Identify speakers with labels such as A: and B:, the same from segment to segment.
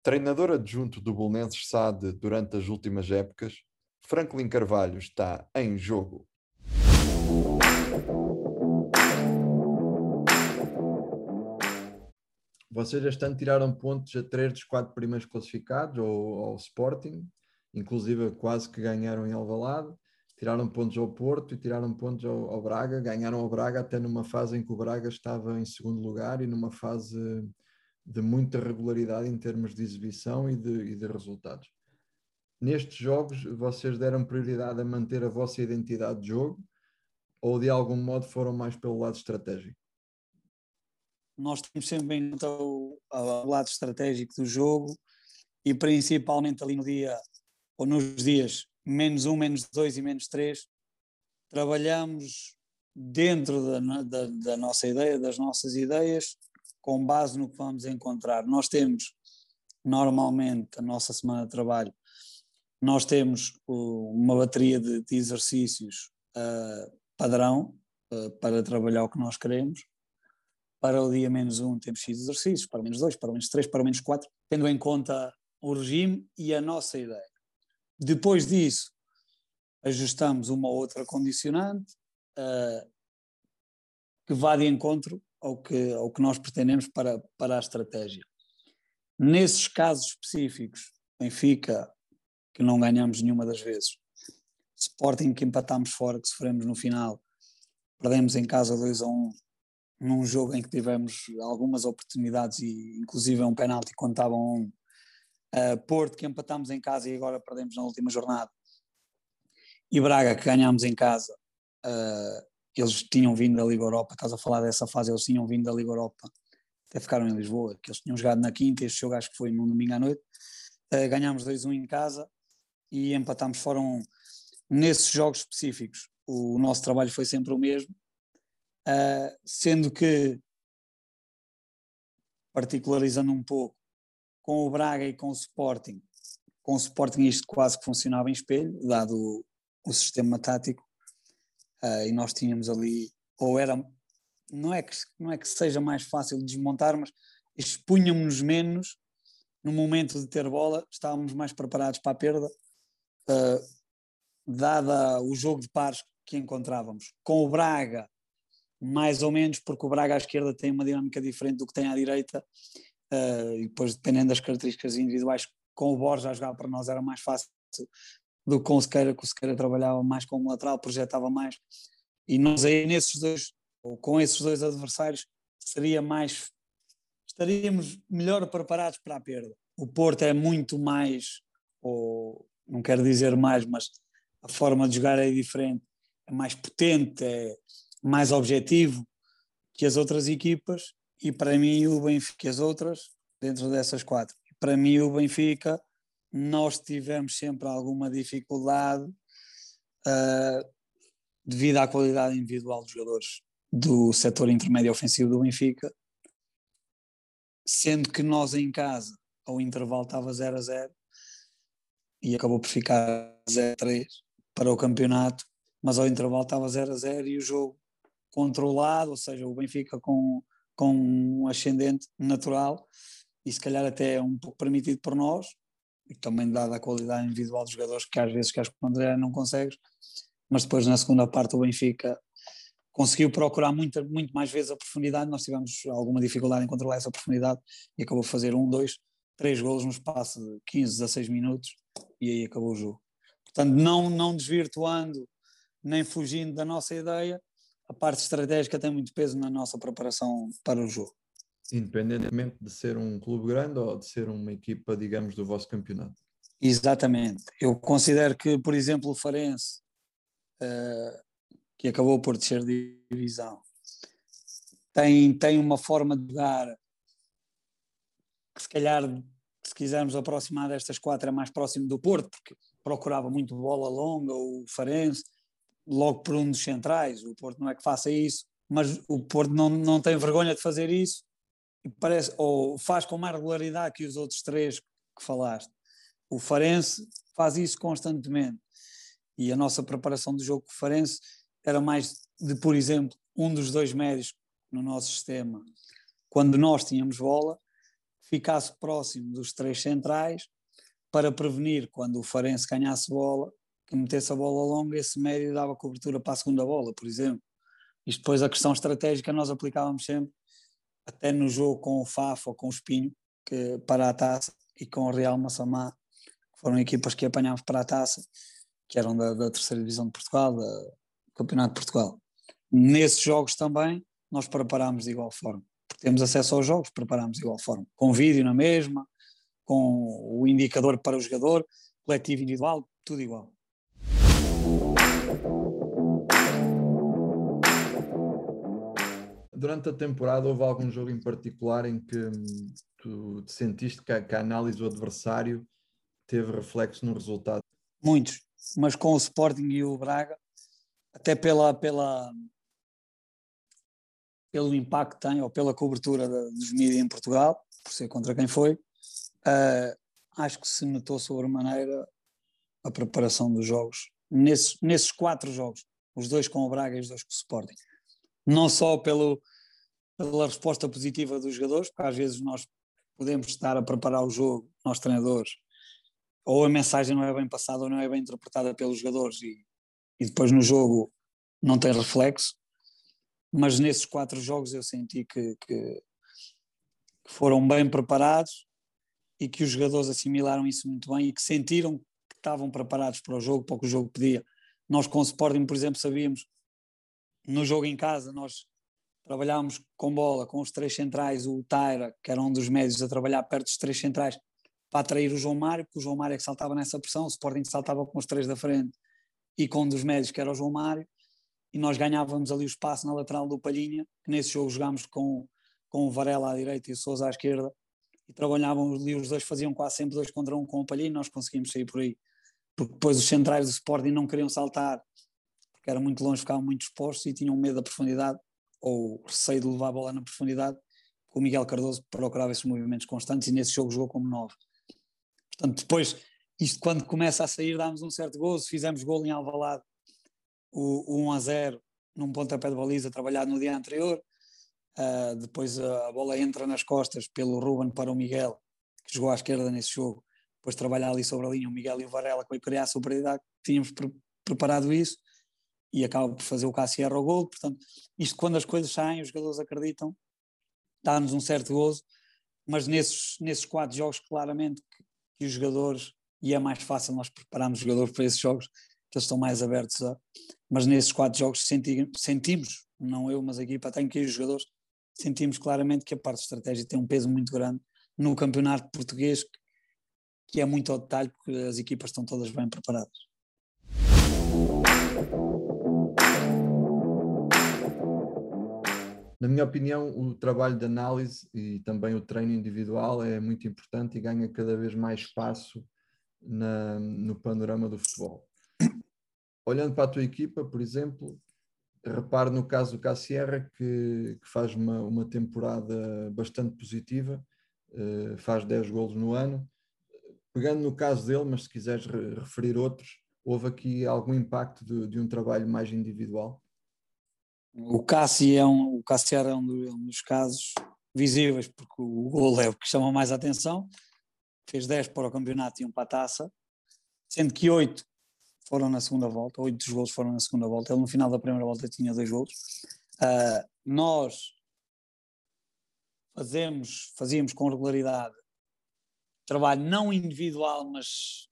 A: Treinador adjunto do Belenenses SAD durante as últimas épocas, Franklin Carvalho está em jogo. Vocês este ano tiraram pontos a 3 dos 4 primeiros classificados, ao Sporting, inclusive quase que ganharam em Alvalade, tiraram pontos ao Porto e tiraram pontos ao Braga, ganharam ao Braga até numa fase em que o Braga estava em segundo lugar e numa fase de muita regularidade em termos de exibição e de resultados. Nestes jogos, vocês deram prioridade a manter a vossa identidade de jogo ou de algum modo foram mais pelo lado estratégico?
B: Nós temos sempre em conta o lado estratégico do jogo e principalmente ali no dia, ou nos dias -1, -2 e -3, trabalhamos dentro da nossa ideia, das nossas ideias, com base no que vamos encontrar. Nós temos, normalmente, a nossa semana de trabalho, nós temos uma bateria de exercícios padrão para trabalhar o que nós queremos. Para o dia -1 temos X exercícios, para -2, para -3, para -4, tendo em conta o regime e a nossa ideia. Depois disso, ajustamos uma outra condicionante que vá de encontro ao que nós pretendemos para a estratégia. Nesses casos específicos, Benfica, que não ganhamos nenhuma das vezes, Sporting, que empatámos fora, que sofremos no final, perdemos em casa 2-1, num jogo em que tivemos algumas oportunidades e inclusive um penalti quando estavam Porto, que empatámos em casa e agora perdemos na última jornada, e Braga, que ganhámos em casa. Eles tinham vindo da Liga Europa, estás a falar dessa fase, eles tinham vindo da Liga Europa, até ficaram em Lisboa, que eles tinham jogado na quinta, este jogo acho que foi no domingo à noite. Ganhámos 2-1 em casa e empatámos fora 1. Nesses jogos específicos o nosso trabalho foi sempre o mesmo, sendo que, particularizando um pouco, com o Braga e com o Sporting isto quase que funcionava em espelho, dado o sistema tático, e nós tínhamos ali, ou era, não é que seja mais fácil de desmontar, mas expunhamos-nos menos no momento de ter bola, estávamos mais preparados para a perda, dada o jogo de pares que encontrávamos. Com o Braga, mais ou menos, porque o Braga à esquerda tem uma dinâmica diferente do que tem à direita, e depois dependendo das características individuais, com o Borja a jogar para nós era mais fácil do que com o Sequeira, que o Sequeira trabalhava mais como lateral, projetava mais, e nós aí nesses dois, ou com esses dois adversários, estaríamos melhor preparados para a perda. O Porto é muito mais, ou não quero dizer mais, mas a forma de jogar é diferente, é mais potente, é mais objetivo que as outras equipas, e para mim o Benfica, as outras, dentro dessas 4, para mim o Benfica, nós tivemos sempre alguma dificuldade devido à qualidade individual dos jogadores do setor intermédio ofensivo do Benfica, sendo que nós em casa, ao intervalo estava 0-0 e acabou por ficar 0-3 para o campeonato, mas ao intervalo estava 0-0 e o jogo controlado, ou seja, o Benfica com um ascendente natural e se calhar até um pouco permitido por nós, e também dada a qualidade individual dos jogadores, que às vezes que acho que o André não consegues, mas depois na segunda parte o Benfica conseguiu procurar muito mais vezes a profundidade, nós tivemos alguma dificuldade em controlar essa profundidade e acabou a fazer 1, 2, 3 golos no espaço de 15, 16 minutos e aí acabou o jogo. Portanto, não desvirtuando nem fugindo da nossa ideia, a parte estratégica tem muito peso na nossa preparação para o jogo.
A: Independentemente de ser um clube grande ou de ser uma equipa, digamos, do vosso campeonato.
B: Exatamente. Eu considero que, por exemplo, o Farense, que acabou por descer de divisão, tem uma forma de jogar que se calhar, se quisermos aproximar destas 4, é mais próximo do Porto, porque procurava muito bola longa, o Farense, logo por um dos centrais. O Porto não é que faça isso, mas o Porto não tem vergonha de fazer isso, e parece, ou faz com mais regularidade que os outros 3 que falaste. O Farense faz isso constantemente, e a nossa preparação do jogo com o Farense era mais de, por exemplo, um dos 2 médios no nosso sistema, quando nós tínhamos bola, ficasse próximo dos 3 centrais para prevenir quando o Farense ganhasse bola, que metesse a bola longa, esse médio dava cobertura para a segunda bola, por exemplo. Isto depois a questão estratégica nós aplicávamos sempre, até no jogo com o Faf ou com o Espinho, que, para a taça, e com o Real Massamá, que foram equipas que apanhámos para a taça, que eram da terceira divisão de Portugal, do Campeonato de Portugal. Nesses jogos também nós preparámos de igual forma, porque temos acesso aos jogos, preparámos de igual forma, com vídeo na mesma, com o indicador para o jogador, coletivo, individual, tudo igual.
A: Durante a temporada houve algum jogo em particular em que tu te sentiste que a análise do adversário teve reflexo no resultado?
B: Muitos, mas com o Sporting e o Braga, até pelo impacto que tem, ou pela cobertura dos mídias em Portugal, por ser contra quem foi, acho que se notou sobremaneira a preparação dos jogos, nesses 4 jogos, os 2 com o Braga e os 2 com o Sporting. Não só pela resposta positiva dos jogadores, porque às vezes nós podemos estar a preparar o jogo, nós treinadores, ou a mensagem não é bem passada ou não é bem interpretada pelos jogadores e depois no jogo não tem reflexo, mas nesses 4 jogos eu senti que foram bem preparados e que os jogadores assimilaram isso muito bem e que sentiram que estavam preparados para o jogo, para o que o jogo pedia. Nós com o Sporting, por exemplo, sabíamos, no jogo em casa, nós trabalhámos com bola, com os 3 centrais, o Taira, que era um dos médios a trabalhar perto dos 3 centrais, para atrair o João Mário, porque o João Mário é que saltava nessa pressão, o Sporting saltava com os 3 da frente e com um dos médios, que era o João Mário, e nós ganhávamos ali o espaço na lateral do Palhinha, que nesse jogo jogámos com o Varela à direita e o Sousa à esquerda, e trabalhavam ali, os dois faziam quase sempre 2 contra 1 com o Palhinha, e nós conseguimos sair por aí, porque depois os centrais do Sporting não queriam saltar, porque era muito longe, ficavam muito expostos e tinham medo da profundidade, ou receio de levar a bola na profundidade, o Miguel Cardoso procurava esses movimentos constantes e nesse jogo jogou como 9. Portanto, depois, isto quando começa a sair, dá-nos um certo gozo, fizemos golo em Alvalade, o 1-0, num pontapé de baliza trabalhado no dia anterior, depois a bola entra nas costas pelo Ruben para o Miguel, que jogou à esquerda nesse jogo, depois trabalhar ali sobre a linha o Miguel e o Varela, que foi criar a superioridade, tínhamos preparado isso, e acaba por fazer o Cassier ao gol. Portanto, isto quando as coisas saem, os jogadores acreditam, dá-nos um certo gozo, mas nesses 4 jogos claramente que os jogadores, e é mais fácil nós prepararmos os jogadores para esses jogos, que eles estão mais abertos mas nesses 4 jogos sentimos, não eu, mas a equipa tem que ir os jogadores, sentimos claramente que a parte de estratégia tem um peso muito grande no campeonato português, que é muito ao detalhe, porque as equipas estão todas bem preparadas.
A: Na minha opinião, o trabalho de análise e também o treino individual é muito importante e ganha cada vez mais espaço no panorama do futebol. Olhando para a tua equipa, por exemplo, reparo no caso do Cassierra que faz uma temporada bastante positiva, faz 10 golos no ano. Pegando no caso dele, mas se quiseres referir outros, houve aqui algum impacto de um trabalho mais individual?
B: O Cassier é um dos casos visíveis, porque o gol é o que chama mais a atenção. Fez 10 para o campeonato e 1 para a taça, sendo que 8 foram na segunda volta, 8 dos golos foram na segunda volta. Ele no final da primeira volta tinha 2 golos. Nós fazíamos com regularidade trabalho não individual, mas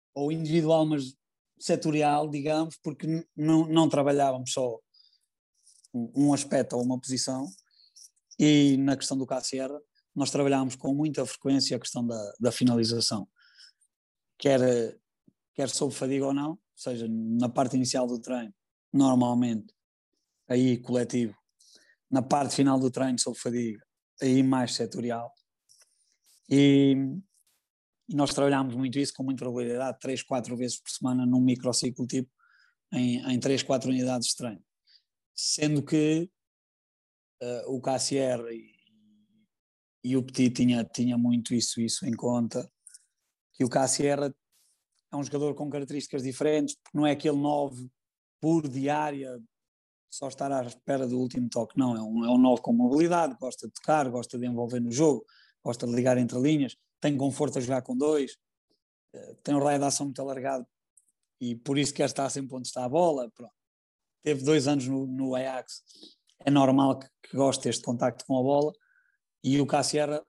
B: setorial, digamos, porque não trabalhávamos só um aspecto ou uma posição, e na questão do Cassier nós trabalhámos com muita frequência a questão da finalização, quer sob fadiga ou não, ou seja, na parte inicial do treino, normalmente, aí coletivo, na parte final do treino sob fadiga, aí mais setorial, e nós trabalhámos muito isso com muita regularidade, 3, 4 vezes por semana num microciclo tipo, em 3, 4 unidades de treino. Sendo que o Cassier e o Petit tinha muito isso em conta, que o Cassier é um jogador com características diferentes, porque não é aquele 9 puro de área, só estar à espera do último toque, não, é um 9 com mobilidade, gosta de tocar, gosta de envolver no jogo, gosta de ligar entre linhas, tem conforto a jogar com 2, tem um raio de ação muito alargado e por isso quer estar sempre onde está a bola. Pronto. Teve 2 anos no Ajax, é normal que goste deste contacto com a bola, e o Cássio Sierra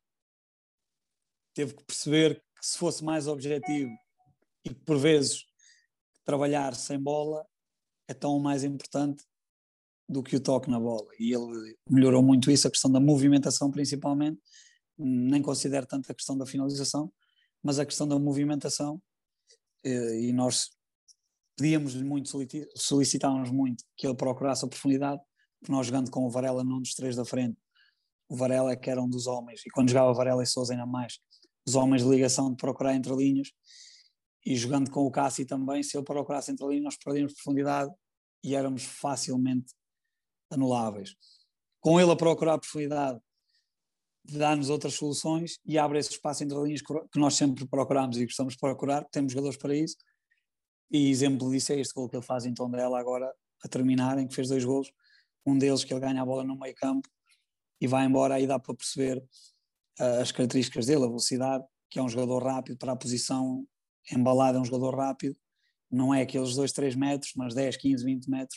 B: teve que perceber que se fosse mais objetivo e que por vezes trabalhar sem bola é tão mais importante do que o toque na bola, e ele melhorou muito isso, a questão da movimentação principalmente, nem considero tanto a questão da finalização, mas a questão da movimentação, e nós pedíamos-lhe muito, solicitávamos muito que ele procurasse a profundidade, porque nós jogando com o Varela num dos 3 da frente, o Varela é que era um dos homens, e quando jogava Varela e Sousa ainda mais, os homens de ligação de procurar entre linhas, e jogando com o Cássio também, se ele procurasse entre linhas nós perdíamos profundidade e éramos facilmente anuláveis. Com ele a procurar profundidade, dá-nos outras soluções e abre esse espaço entre linhas que nós sempre procuramos e gostamos de procurar, temos jogadores para isso, e exemplo disso é este gol que ele faz em Tondela agora a terminar, em que fez 2 golos, um deles que ele ganha a bola no meio campo e vai embora, aí dá para perceber as características dele, a velocidade, que é um jogador rápido para a posição embalada, é um jogador rápido, não é aqueles 2, 3 metros, mas 10, 15, 20 metros,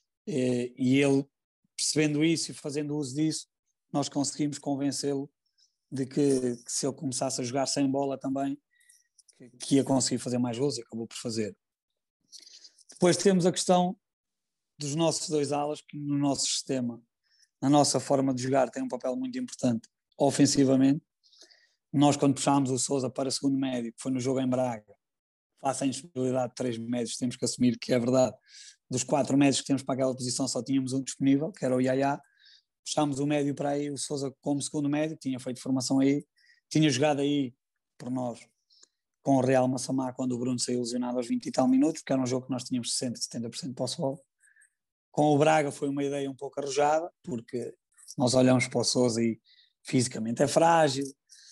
B: e ele, percebendo isso e fazendo uso disso, nós conseguimos convencê-lo de que se ele começasse a jogar sem bola também, que ia conseguir fazer mais gols, e acabou por fazer. Depois temos a questão dos nossos 2 alas, que no nosso sistema, na nossa forma de jogar, tem um papel muito importante ofensivamente. Nós, quando puxámos o Sousa para segundo médio, que foi no jogo em Braga, face à indisponibilidade de 3 médios, temos que assumir que é verdade, dos 4 médios que temos para aquela posição só tínhamos um disponível, que era o Yaya. Puxámos o médio para aí, o Sousa como segundo médio, tinha feito formação aí, tinha jogado aí por nós com o Real Massamá quando o Bruno saiu lesionado aos 20 e tal minutos, porque era um jogo que nós tínhamos 60%, 70% de posse-bola. Com o Braga foi uma ideia um pouco arrojada, porque nós olhamos para o Sousa e fisicamente é frágil,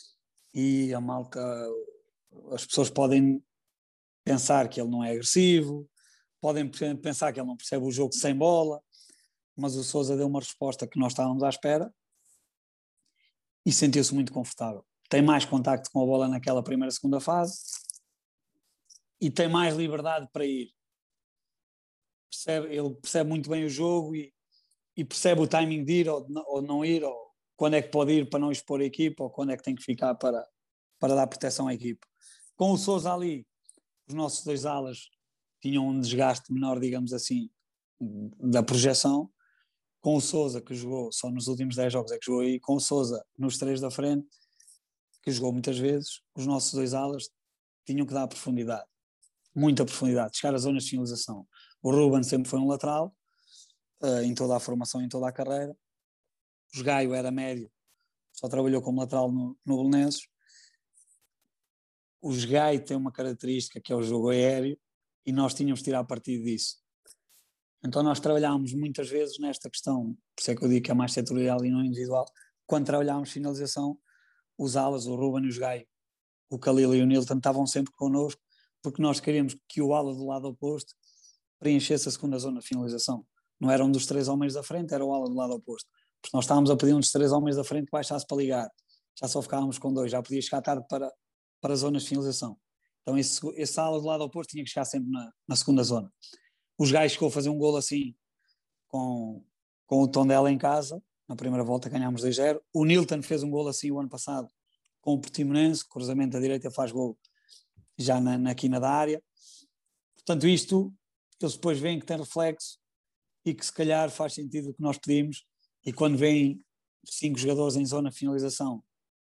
B: e a malta, as pessoas podem pensar que ele não é agressivo, podem pensar que ele não percebe o jogo sem bola, mas o Sousa deu uma resposta que nós estávamos à espera e sentiu-se muito confortável. Tem mais contacto com a bola naquela primeira, segunda fase e tem mais liberdade para ir. Ele percebe muito bem o jogo e percebe o timing de ir ou não ir, ou quando é que pode ir para não expor a equipa, ou quando é que tem que ficar para dar proteção à equipa. Com o Sousa ali, os nossos 2 alas tinham um desgaste menor, digamos assim, da projeção. Com o Sousa, que jogou só nos últimos 10 jogos é que jogou aí, com o Sousa nos 3 da frente, que jogou muitas vezes, os nossos 2 alas tinham que dar profundidade, muita profundidade, chegar às zonas de finalização. O Ruben sempre foi um lateral, em toda a formação, em toda a carreira. O Gaio era médio, só trabalhou como lateral no Belenenses. O Gaio tem uma característica que é o jogo aéreo e nós tínhamos de tirar partido disso. Então nós trabalhámos muitas vezes nesta questão, por isso é que eu digo que é mais setorial e não individual, quando trabalhámos finalização, os alas, o Ruben e o Gaio, o Khalil e o Nilton estavam sempre connosco, porque nós queríamos que o ala do lado oposto preenchesse a segunda zona de finalização. Não era um dos 3 homens da frente, era o ala do lado oposto. Porque nós estávamos a pedir um dos 3 homens da frente que baixasse para ligar. Já só ficávamos com 2, já podia chegar tarde para zonas de finalização. Então esse ala do lado oposto tinha que chegar sempre na segunda zona. Os Gajos chegou a fazer um golo assim com o Tondela em casa, na primeira volta ganhámos 2-0. O Nilton fez um golo assim o ano passado com o Portimonense, cruzamento à direita, faz golo já na quina da área. Portanto, isto, eles depois veem que tem reflexo e que se calhar faz sentido o que nós pedimos, e quando vêm 5 jogadores em zona de finalização,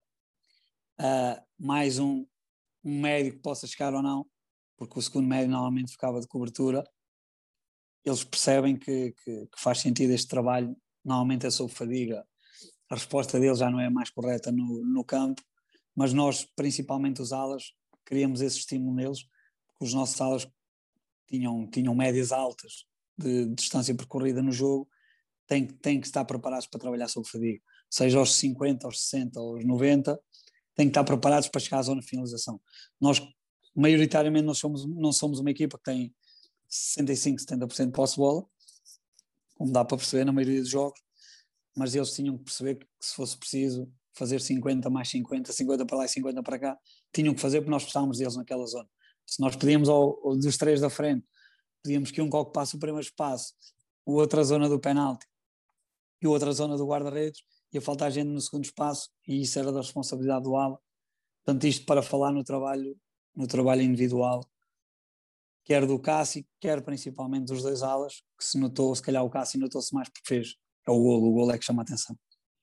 B: mais um médio que possa chegar ou não, porque o segundo médio normalmente ficava de cobertura, eles percebem que faz sentido este trabalho. Normalmente é sob fadiga, a resposta deles já não é mais correta no campo, mas nós, principalmente os alas, queríamos esse estímulo neles, porque os nossos alas tinham médias altas de distância percorrida no jogo, têm que estar preparados para trabalhar sob fadiga, seja aos 50, aos 60, aos 90, têm que estar preparados para chegar à zona de finalização. Nós, maioritariamente, não somos uma equipa que tem 65, 70% de posse de bola, como dá para perceber na maioria dos jogos, mas eles tinham que perceber que se fosse preciso fazer 50 mais 50, 50 para lá e 50 para cá, tinham que fazer porque nós precisávamos deles naquela zona. Se nós pedíamos dos 3 da frente, pedíamos que um ocupasse o primeiro espaço, o outro a zona do penalti e o outro a zona do guarda-redes, ia faltar gente no segundo espaço e isso era da responsabilidade do ala. Portanto, isto para falar no trabalho individual, quer do Cássio, quer principalmente dos 2 alas, que se notou, se calhar o Cássio notou-se mais porque fez, é o golo é que chama a atenção.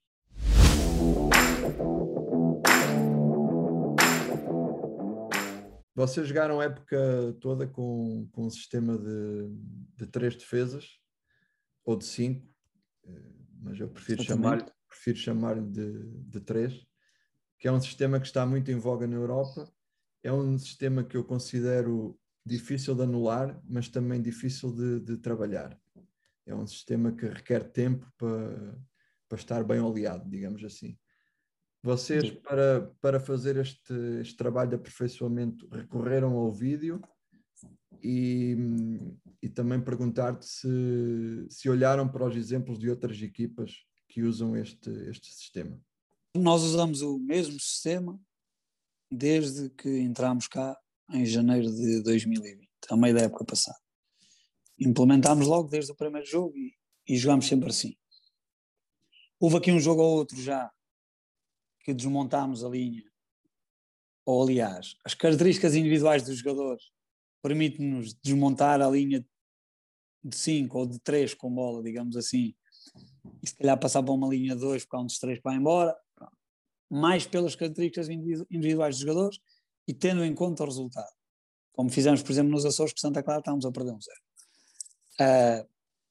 A: Vocês jogaram a época toda com um sistema de 3 defesas, ou de 5, mas eu prefiro chamar de 3, que é um sistema que está muito em voga na Europa. É um sistema que eu considero difícil de anular, mas também difícil de trabalhar. É um sistema que requer tempo para estar bem oleado, digamos assim. Vocês, para fazer este trabalho de aperfeiçoamento, recorreram ao vídeo e também perguntar-te se olharam para os exemplos de outras equipas que usam este sistema.
B: Nós usamos o mesmo sistema desde que entramos cá em janeiro de 2020, a meio da época passada. Implementámos logo desde o primeiro jogo e jogámos sempre assim. Houve aqui um jogo ou outro já que desmontámos a linha, ou aliás, as características individuais dos jogadores permitem-nos desmontar a linha de 5 ou de 3 com bola, digamos assim, e se calhar passar para uma linha de 2 porque há um dos 3 que vai embora, mais pelas características individuais dos jogadores e tendo em conta o resultado. Como fizemos, por exemplo, nos Açores, que Santa Clara estávamos a perder 1-0.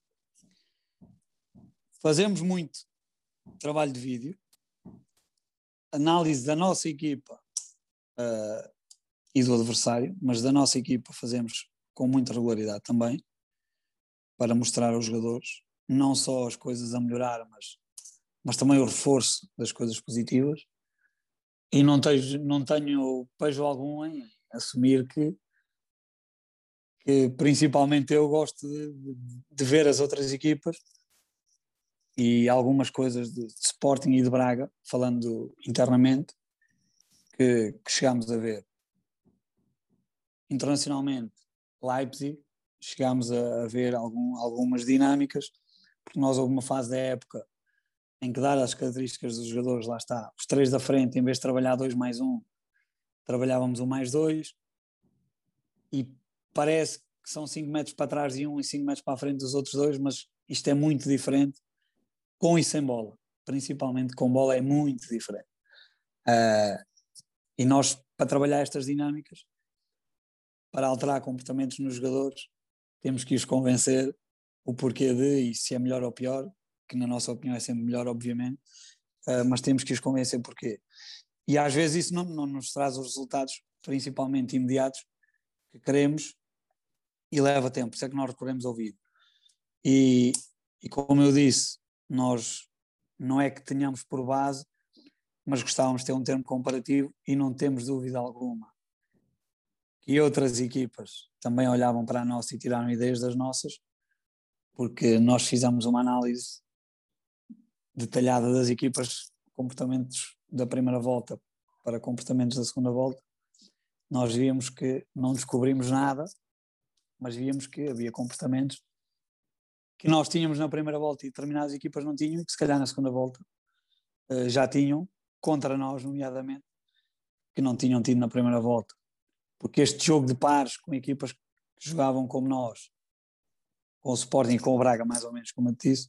B: Fazemos muito trabalho de vídeo, análise da nossa equipa e do adversário, mas da nossa equipa fazemos com muita regularidade também, para mostrar aos jogadores não só as coisas a melhorar, mas também o reforço das coisas positivas. E não tenho pejo algum em assumir que principalmente eu gosto de ver as outras equipas e algumas coisas de Sporting e de Braga, falando internamente, que chegámos a ver. Internacionalmente, Leipzig, chegámos a ver algumas dinâmicas, porque nós houve uma fase da época em que, dadas as características dos jogadores, lá está, os 3 da frente, em vez de trabalhar 2 mais 1, trabalhávamos 1 mais 2, e parece que são 5 metros para trás de um e 5 metros para a frente dos outros 2, mas isto é muito diferente com e sem bola, principalmente com bola é muito diferente. E nós, para trabalhar estas dinâmicas, para alterar comportamentos nos jogadores, temos que os convencer o porquê e se é melhor ou pior, que na nossa opinião é sempre melhor, obviamente, mas temos que os convencer porquê. E às vezes isso não nos traz os resultados, principalmente imediatos, que queremos, e leva tempo, por isso é que nós recorremos ao vídeo. E como eu disse, nós não é que tenhamos por base, mas gostávamos de ter um termo comparativo e não temos dúvida alguma que outras equipas também olhavam para a nossa e tiraram ideias das nossas, porque nós fizemos uma análise detalhada das equipas, comportamentos da primeira volta para comportamentos da segunda volta. Nós víamos que não descobrimos nada, mas víamos que havia comportamentos que nós tínhamos na primeira volta e determinadas equipas não tinham, e que se calhar na segunda volta já tinham, contra nós nomeadamente, que não tinham tido na primeira volta. Porque este jogo de pares com equipas que jogavam como nós, com o Sporting e com o Braga, mais ou menos como eu te disse,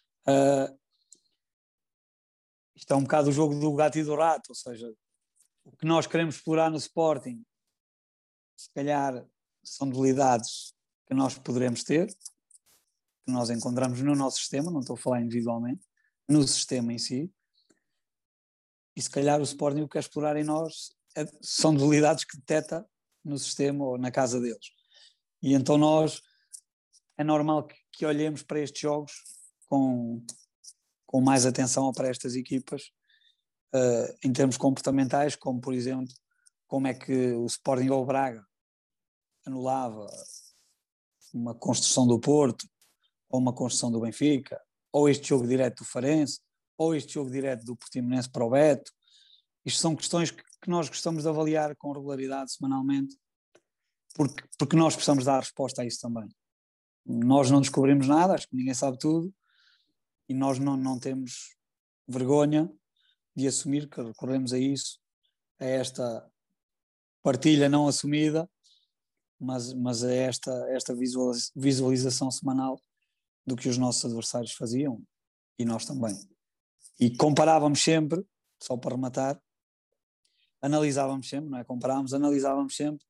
B: isto é um bocado o jogo do gato e do rato, ou seja, o que nós queremos explorar no Sporting, se calhar são debilidades que nós poderemos ter, que nós encontramos no nosso sistema, não estou a falar individualmente, no sistema em si, e se calhar o Sporting o que quer explorar em nós são debilidades que detecta no sistema ou na casa deles. E então nós, é normal que olhemos para estes jogos com mais atenção para estas equipas, em termos comportamentais, como por exemplo, como é que o Sporting ou o Braga anulava uma construção do Porto, ou uma construção do Benfica, ou este jogo direto do Farense, ou este jogo direto do Portimonense para o Beto. Isto são questões que nós gostamos de avaliar com regularidade, semanalmente, porque nós precisamos dar resposta a isso também. Nós não descobrimos nada, acho que ninguém sabe tudo, e nós não temos vergonha de assumir que recorremos a isso, a esta partilha não assumida, mas a esta visualização semanal do que os nossos adversários faziam, e nós também. E comparávamos sempre, só para rematar, analisávamos sempre, não é? Analisávamos sempre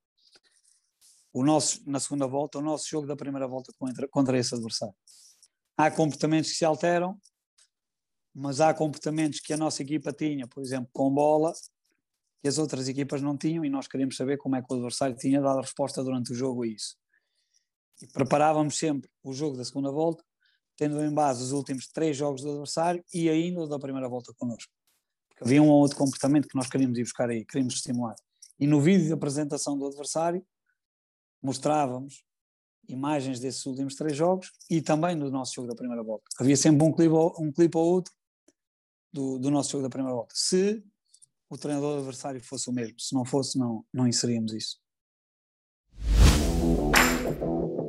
B: na segunda volta, o nosso jogo da primeira volta contra esse adversário. Há comportamentos que se alteram, mas há comportamentos que a nossa equipa tinha, por exemplo, com bola, que as outras equipas não tinham, e nós queríamos saber como é que o adversário tinha dado a resposta durante o jogo a isso. E preparávamos sempre o jogo da segunda volta, tendo em base os últimos 3 jogos do adversário e ainda o da primeira volta connosco. Porque havia um ou outro comportamento que nós queríamos ir buscar aí, queríamos estimular. E no vídeo de apresentação do adversário, mostrávamos imagens desses últimos 3 jogos e também do nosso jogo da primeira volta. Havia sempre um clipe ou outro do nosso jogo da primeira volta. Se o treinador adversário fosse o mesmo, se não fosse, não inseríamos isso.